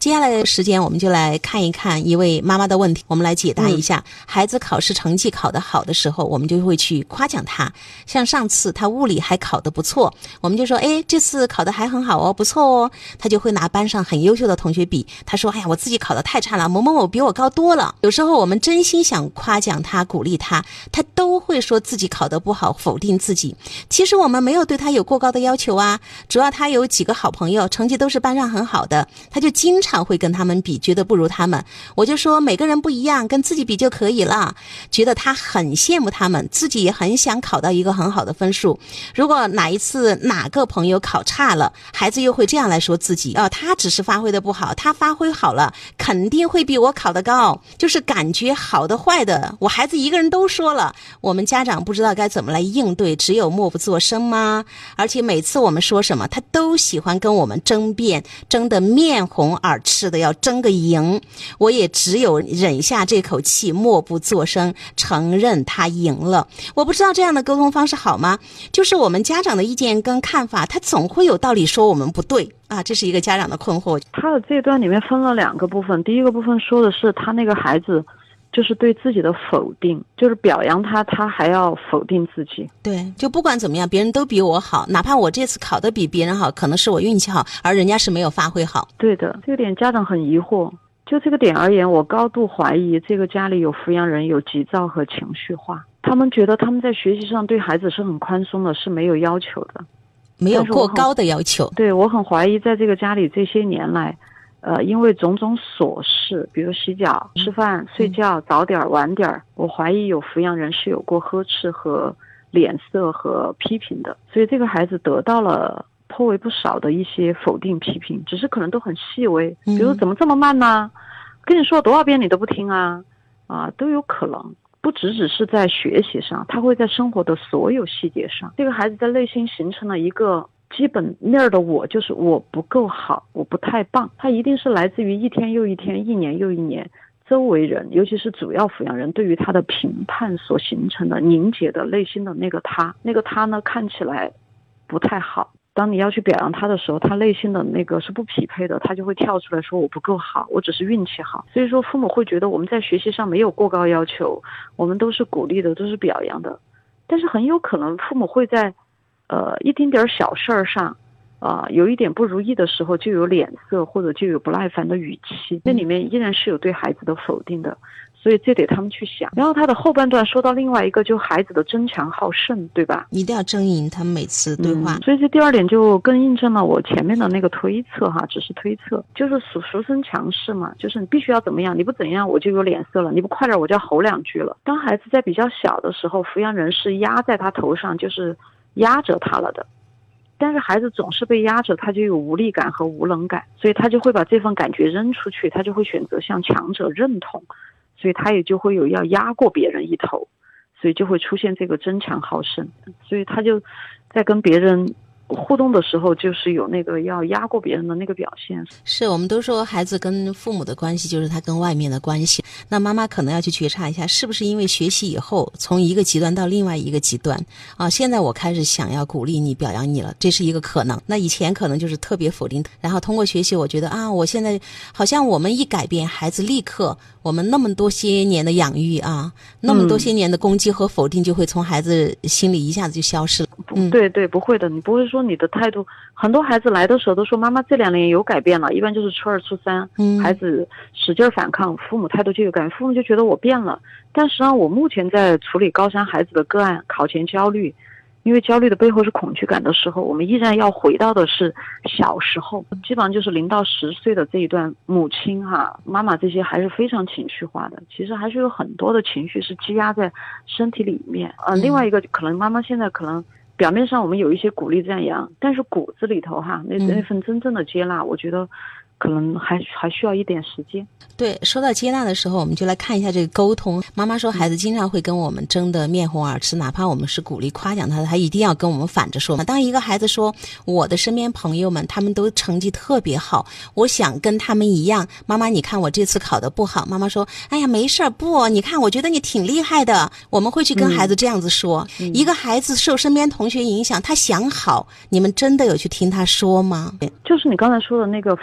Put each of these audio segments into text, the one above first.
接下来的时间我们就来看一看一位妈妈的问题，我们来解答一下。孩子考试成绩考得好的时候，我们就会去夸奖他，像上次他物理还考得不错，我们就说这次考得还很好哦，不错哦，他就会拿班上很优秀的同学比，他说我自己考得太差了，某某某比我高多了。有时候我们真心想夸奖他鼓励他，他都会说自己考得不好，否定自己。其实我们没有对他有过高的要求啊，主要他有几个好朋友成绩都是班上很好的，他就经常会跟他们比，觉得不如他们。我就说每个人不一样，跟自己比就可以了，觉得他很羡慕他们，自己也很想考到一个很好的分数。如果哪一次哪个朋友考差了，孩子又会这样来说自己他只是发挥的不好，他发挥好了肯定会比我考得高，就是感觉好的坏的我孩子一个人都说了。我们家长不知道该怎么来应对，只有默不作声吗？而且每次我们说什么他都喜欢跟我们争辩，争得面红耳赤的，要争个赢。我也只有忍下这口气，默不作声，承认他赢了。我不知道这样的沟通方式好吗？就是我们家长的意见跟看法，他总会有道理说我们不对啊，这是一个家长的困惑。 他的这段里面分了2个部分，第一个部分说的是他那个孩子就是对自己的否定，就是表扬他，他还要否定自己。 对，就不管怎么样，别人都比我好，哪怕我这次考得比别人好，可能是我运气好，而人家是没有发挥好。 对的，这个点家长很疑惑。就这个点而言，我高度怀疑这个家里有抚养人有急躁和情绪化，他们觉得他们在学习上对孩子是很宽松的，是没有要求的， 没有过高的要求。 对，我很怀疑在这个家里这些年来因为种种琐事，比如洗脚、吃饭、睡觉、早点晚点，我怀疑有抚养人是有过呵斥和脸色和批评的，所以这个孩子得到了颇为不少的一些否定批评，只是可能都很细微，比如怎么这么慢呢？跟你说多少遍你都不听啊，都有可能。不只是在学习上，他会在生活的所有细节上，这个孩子在内心形成了一个基本面的我，就是我不够好，我不太棒。他一定是来自于一天又一天，一年又一年周围人，尤其是主要抚养人对于他的评判所形成的凝结的内心的那个他呢看起来不太好。当你要去表扬他的时候，他内心的那个是不匹配的，他就会跳出来说我不够好，我只是运气好。所以说父母会觉得我们在学习上没有过高要求，我们都是鼓励的，都是表扬的，但是很有可能父母会在一丁点小事儿上有一点不如意的时候就有脸色或者就有不耐烦的语气，那里面依然是有对孩子的否定的，所以这得他们去想。然后他的后半段说到另外一个，就孩子的争强好胜，对吧？ 一定要争赢他们每次对话。 所以这第2点就更印证了我前面的那个推测只是推测，就是俗称强势嘛，就是你必须要怎么样，你不怎样我就有脸色了，你不快点我就要吼2句了。当孩子在比较小的时候，抚养人是压在他头上，就是压着他了的。但是孩子总是被压着，他就有无力感和无能感，所以他就会把这份感觉扔出去，他就会选择向强者认同，所以他也就会有要压过别人一头，所以就会出现这个争强好胜，所以他就在跟别人互动的时候就是有那个要压过别人的那个表现。 是，我们都说孩子跟父母的关系就是他跟外面的关系，那妈妈可能要去觉察一下，是不是因为学习以后从一个极端到另外一个极端现在我开始想要鼓励你表扬你了，这是一个可能。那以前可能就是特别否定，然后通过学习我觉得我现在好像我们一改变，孩子立刻我们那么多些年的养育那么多些年的攻击和否定就会从孩子心里一下子就消失了。 对对，不会的，你不会说你的态度，很多孩子来的时候都说妈妈这2年有改变了，一般就是初2、初3，孩子使劲反抗，父母态度就有改变，父母就觉得我变了。但实际上我目前在处理高3孩子的个案，考前焦虑，因为焦虑的背后是恐惧感的时候，我们依然要回到的是小时候，基本上就是0到10岁的这一段，母亲妈妈这些还是非常情绪化的，其实还是有很多的情绪是积压在身体里面另外一个可能妈妈现在可能表面上我们有一些鼓励赞扬，但是骨子里头那份真正的接纳，我觉得可能还需要一点时间。 对，说到接纳的时候，我们就来看一下这个沟通。妈妈说孩子经常会跟我们争得面红耳赤，哪怕我们是鼓励夸奖他，他一定要跟我们反着说。当一个孩子说我的身边朋友们他们都成绩特别好，我想跟他们一样，妈妈你看我这次考得不好，妈妈说哎呀没事不，你看我觉得你挺厉害的，我们会去跟孩子这样子说。一个孩子受身边同学影响，他想好，你们真的有去听他说吗？ 就是你刚才说的那个父母对于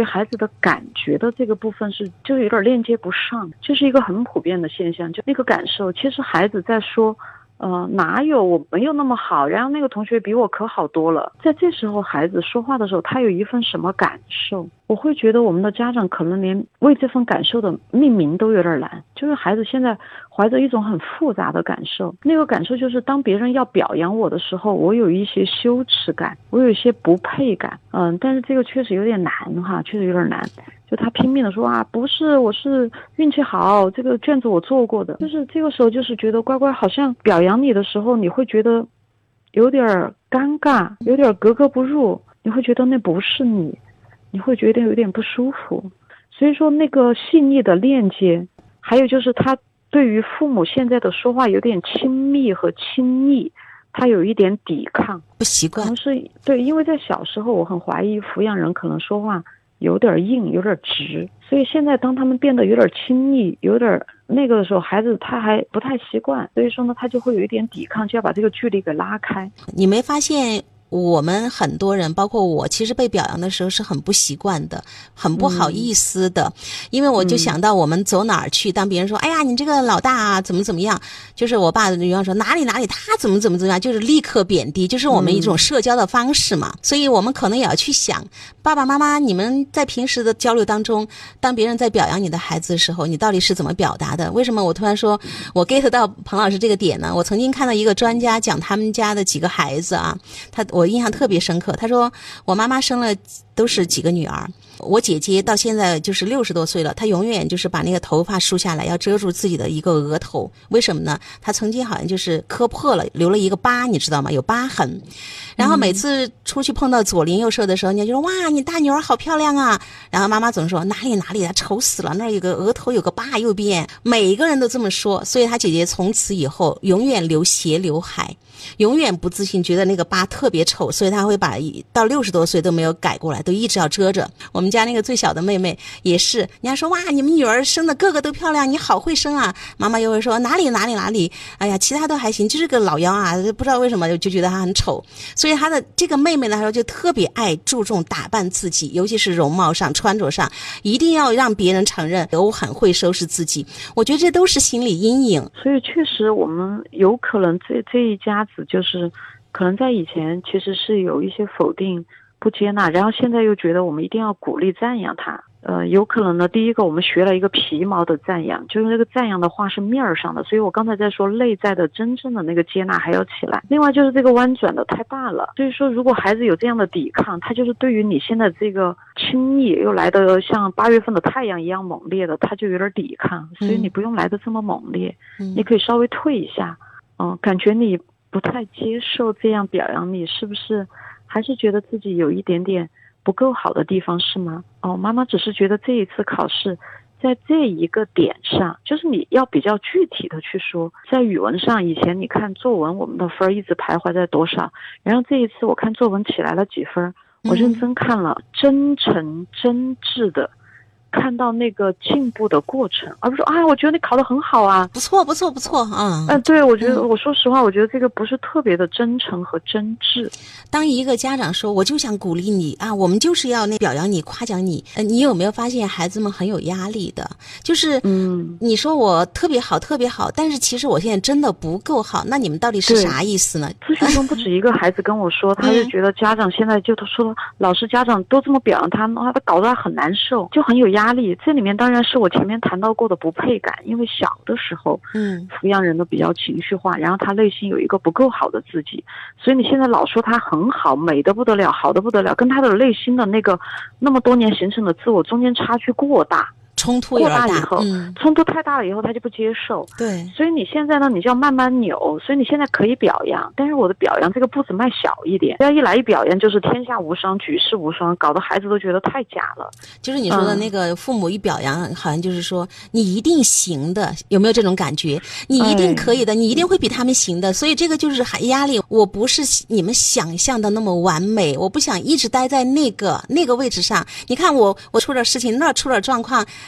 于孩子的感觉的这个部分就有点链接不上，这是一个很普遍的现象。就那个感受，其实孩子在说哪有，我没有那么好，然后那个同学比我可好多了。在这时候孩子说话的时候，他有一份什么感受，我会觉得我们的家长可能连为这份感受的命名都有点难。就是孩子现在怀着一种很复杂的感受，那个感受就是当别人要表扬我的时候，我有一些羞耻感，我有一些不配感。但是这个确实有点难哈，确实有点难。就他拼命的说啊，不是，我是运气好，这个卷子我做过的。就是这个时候就是觉得乖乖好像表扬你的时候，你会觉得有点尴尬，有点格格不入，你会觉得那不是你，你会觉得有点不舒服。所以说那个细腻的链接，还有就是他对于父母现在的说话有点亲密和亲昵，他有一点抵抗， 不习惯。 可能是对，因为在小时候我很怀疑抚养人可能说话有点硬，有点直，所以现在当他们变得有点亲昵，有点那个的时候，孩子他还不太习惯，所以说呢，他就会有一点抵抗，就要把这个距离给拉开。 你没发现我们很多人包括我其实被表扬的时候是很不习惯的，很不好意思的，因为我就想到我们走哪儿去，当别人说哎呀你这个老大啊怎么怎么样，就是我爸永远说哪里他怎么样，就是立刻贬低，就是我们一种社交的方式嘛。所以我们可能也要去想，爸爸妈妈你们在平时的交流当中，当别人在表扬你的孩子的时候，你到底是怎么表达的？为什么我突然说我 get 到彭老师这个点呢？我曾经看到一个专家讲他们家的几个孩子啊，我印象特别深刻。他说我妈妈生了都是几个女儿，我姐姐到现在就是60多岁了，她永远就是把那个头发梳下来，要遮住自己的一个额头。为什么呢？她曾经好像就是磕破了，留了一个疤，你知道吗？有疤痕。然后每次出去碰到左邻右舍的时候，人家就说哇你大女儿好漂亮啊，然后妈妈总说哪里她丑死了，那儿有个额头有个疤右边，每一个人都这么说。所以她姐姐从此以后永远留斜刘海，永远不自信，觉得那个疤特别丑，所以她会把到60多岁都没有改过来，都一直要遮着。我们家那个最小的妹妹也是，人家说哇你们女儿生的个个都漂亮，你好会生啊，妈妈又会说哪里，哎呀其他都还行，就是个老幺啊，不知道为什么就觉得她很丑。所以她的这个妹妹呢，她说就特别爱注重打扮自己，尤其是容貌上穿着上，一定要让别人承认我很会收拾自己。我觉得这都是心理阴影。 所以确实我们有可能这一家子就是可能在以前其实是有一些否定不接纳，然后现在又觉得我们一定要鼓励赞扬他。有可能呢，第一个我们学了一个皮毛的赞扬，就是那个赞扬的话是面儿上的，所以我刚才在说内在的真正的那个接纳还要起来。另外就是这个弯转的太大了，所以说如果孩子有这样的抵抗，他就是对于你现在这个亲昵又来的像8月份的太阳一样猛烈的，他就有点抵抗。所以你不用来的这么猛烈，你可以稍微退一下。感觉你不太接受这样表扬你，是不是还是觉得自己有一点点不够好的地方是吗？妈妈只是觉得这一次考试在这一个点上，就是你要比较具体的去说。在语文上，以前你看作文我们的分一直徘徊在多少，然后这一次我看作文起来了几分，我认真看了，真诚真挚的看到那个进步的过程，而不是说我觉得你考得很好啊， 不错啊。 对，我觉得我说实话，我觉得这个不是特别的真诚和真挚。 当一个家长说我就想鼓励你啊，我们就是要表扬你夸奖你，你有没有发现孩子们很有压力的？就是你说我特别好，但是其实我现在真的不够好，那你们到底是啥意思呢？ 咨询中不止一个孩子跟我说，他就觉得家长现在就说老师家长都这么表扬他，他搞得他很难受，就很有压力。这里面当然是我前面谈到过的不配感，因为小的时候抚养人都比较情绪化，然后他内心有一个不够好的自己，所以你现在老说他很好，美得不得了，好得不得了，跟他的内心的那个那么多年形成的自我中间差距过大， 冲突有点大， 以后冲突太大了以后他就不接受。 对， 所以你现在呢，你就要慢慢扭。所以你现在可以表扬，但是我的表扬这个步子迈小一点，不要一来一表扬就是天下无双举世无双，搞得孩子都觉得太假了。 就是你说的那个父母一表扬好像就是说你一定行的，有没有这种感觉？你一定可以的，你一定会比他们行的。所以这个就是压力，我不是你们想象的那么完美，我不想一直待在那个位置上。你看我出点事情，那出点状况，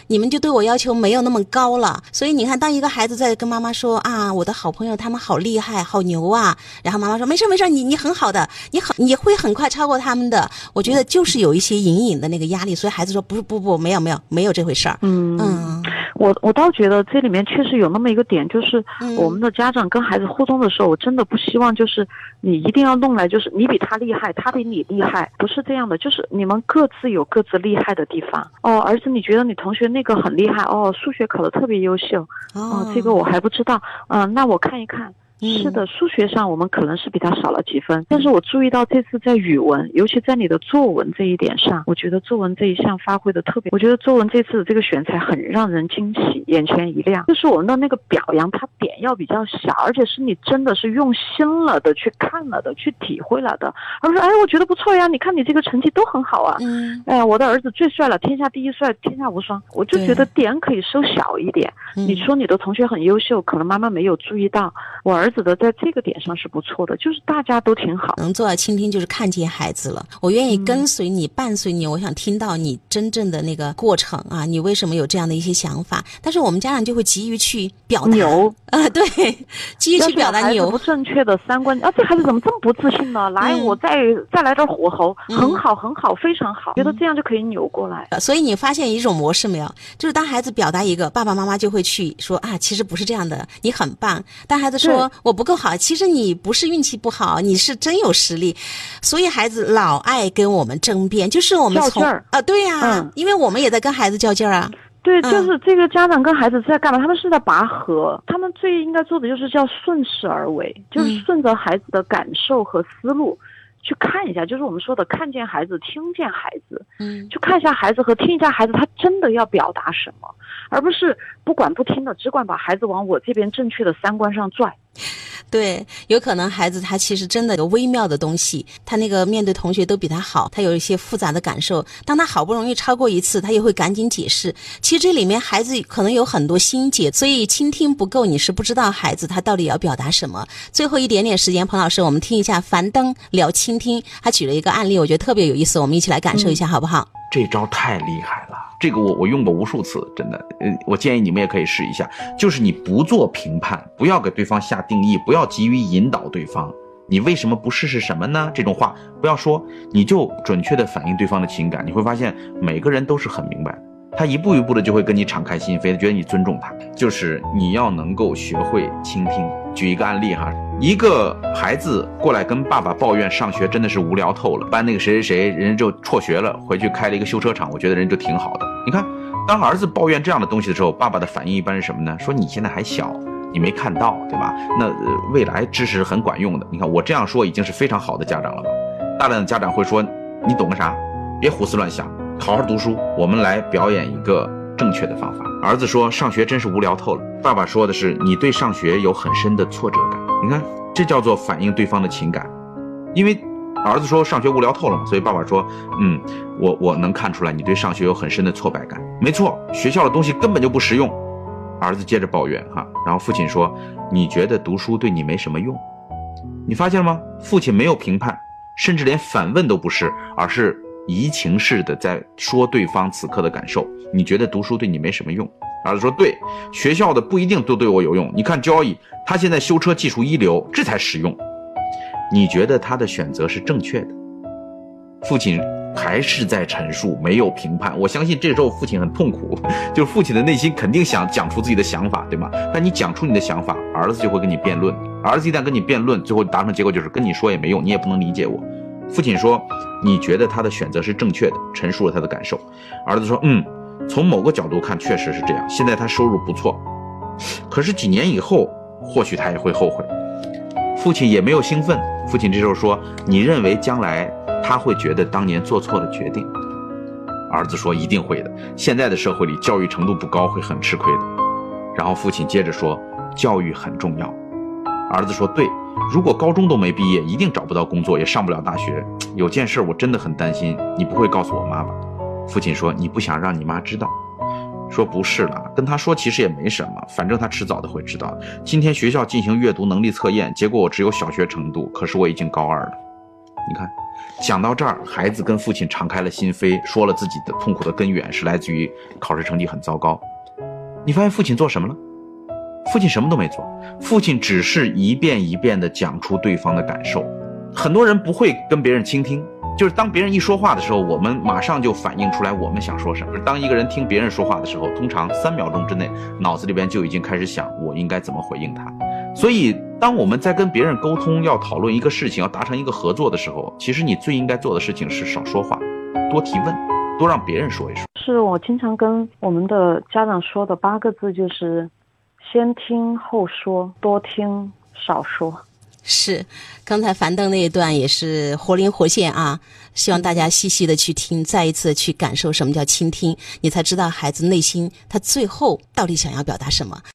你们就对我要求没有那么高了。所以你看，当一个孩子在跟妈妈说啊，我的好朋友他们好厉害好牛啊，然后妈妈说没事没事，你很好的，你会很快超过他们的，我觉得就是有一些隐隐的那个压力。所以孩子说不，没有这回事儿。 我倒觉得这里面确实有那么一个点，就是我们的家长跟孩子互动的时候，我真的不希望就是你一定要弄来就是你比他厉害，他比你厉害，不是这样的，就是你们各自有各自厉害的地方。儿子你觉得你同学那个很厉害，数学考得特别优秀，这个我还不知道，那我看一看。是的，数学上我们可能是比他少了几分，但是我注意到这次在语文，尤其在你的作文这一点上，我觉得作文这一项发挥的特别，我觉得作文这次的这个选材很让人惊喜，眼前一亮。就是我们的那个表扬，它点要比较小，而且是你真的是用心了的去看了的，去体会了的，而说我觉得不错呀，你看你这个成绩都很好啊，我的儿子最帅了，天下第一帅，天下无双。我就觉得点可以收小一点。你说你的同学很优秀，可能妈妈没有注意到，我儿子的在这个点上是不错的，就是大家都挺好。 能做到倾听就是看见孩子了，我愿意跟随你伴随你，我想听到你真正的那个过程啊，你为什么有这样的一些想法。但是我们家长就会急于去表达牛对，急于去表达牛， 不正确的三观这孩子怎么这么不自信呢？来，我再来点火候，很好很好，非常好，觉得这样就可以扭过来。 所以你发现一种模式没有，就是当孩子表达一个，爸爸妈妈就会去说其实不是这样的，你很棒。当孩子说我不够好，其实你不是运气不好，你是真有实力。所以孩子老爱跟我们争辩，就是我们从对呀，因为我们也在跟孩子较劲儿啊。 对，就是这个家长跟孩子在干嘛？他们是在拔河，他们最应该做的就是叫顺势而为，就是顺着孩子的感受和思路去看一下，就是我们说的看见孩子，听见孩子，去看一下孩子和听一下孩子，他真的要表达什么，而不是不管不听的，只管把孩子往我这边正确的三观上拽。 对，有可能孩子他其实真的有微妙的东西，他那个面对同学都比他好，他有一些复杂的感受，当他好不容易超过一次，他也会赶紧解释。其实这里面孩子可能有很多心结，所以倾听不够，你是不知道孩子他到底要表达什么。最后一点点时间，彭老师，我们听一下樊登聊倾听，他举了一个案例，我觉得特别有意思，我们一起来感受一下好不好？ 这招太厉害了，这个我用过无数次，真的，我建议你们也可以试一下，就是你不做评判，不要给对方下定义，不要急于引导对方，你为什么不试试什么呢？这种话不要说，你就准确的反映对方的情感，你会发现每个人都是很明白的，他一步一步的就会跟你敞开心扉，觉得你尊重他。就是你要能够学会倾听。举一个案例哈，一个孩子过来跟爸爸抱怨上学真的是无聊透了，班那个谁谁谁人就辍学了，回去开了一个修车厂，我觉得人就挺好的。你看，当儿子抱怨这样的东西的时候，爸爸的反应一般是什么呢？说你现在还小，你没看到，对吧？那未来知识很管用的。你看我这样说已经是非常好的家长了吧？大量的家长会说，你懂个啥？别胡思乱想，好好读书。我们来表演一个正确的方法。儿子说上学真是无聊透了，爸爸说的是你对上学有很深的挫折感。你看，这叫做反映对方的情感。因为儿子说上学无聊透了嘛，所以爸爸说我能看出来你对上学有很深的挫败感。没错，学校的东西根本就不实用。儿子接着抱怨然后父亲说你觉得读书对你没什么用。你发现了吗？父亲没有评判，甚至连反问都不是，而是移情式的在说对方此刻的感受。你觉得读书对你没什么用？儿子说对，学校的不一定都对我有用，你看交易，他现在修车技术一流，这才实用。你觉得他的选择是正确的？父亲还是在陈述，没有评判。我相信这时候父亲很痛苦，就是父亲的内心肯定想讲出自己的想法，对吗？但你讲出你的想法，儿子就会跟你辩论。儿子一旦跟你辩论，最后达成结果就是跟你说也没用，你也不能理解我。父亲说你觉得他的选择是正确的，陈述了他的感受。儿子说从某个角度看确实是这样，现在他收入不错，可是几年以后或许他也会后悔。父亲也没有兴奋，父亲这时候说你认为将来他会觉得当年做错的决定？儿子说一定会的，现在的社会里教育程度不高会很吃亏的。然后父亲接着说教育很重要。儿子说对，如果高中都没毕业，一定找不到工作，也上不了大学。有件事我真的很担心，你不会告诉我妈吧？父亲说你不想让你妈知道。说不是了，跟他说其实也没什么，反正他迟早的会知道的。今天学校进行阅读能力测验，结果我只有小学程度，可是我已经高2了。你看讲到这儿，孩子跟父亲敞开了心扉，说了自己的痛苦的根源是来自于考试成绩很糟糕。你发现父亲做什么了？父亲什么都没做，父亲只是一遍一遍地讲出对方的感受。很多人不会跟别人倾听，就是当别人一说话的时候，我们马上就反映出来我们想说什么。当一个人听别人说话的时候，通常3秒钟之内，脑子里边就已经开始想我应该怎么回应他。所以当我们在跟别人沟通，要讨论一个事情，要达成一个合作的时候，其实你最应该做的事情是少说话，多提问，多让别人说一说。 是我经常跟我们的家长说的8个字，就是先听后说，多听少说。 是，刚才樊登那一段也是活灵活现啊，希望大家细细的去听，再一次去感受什么叫倾听，你才知道孩子内心他最后到底想要表达什么。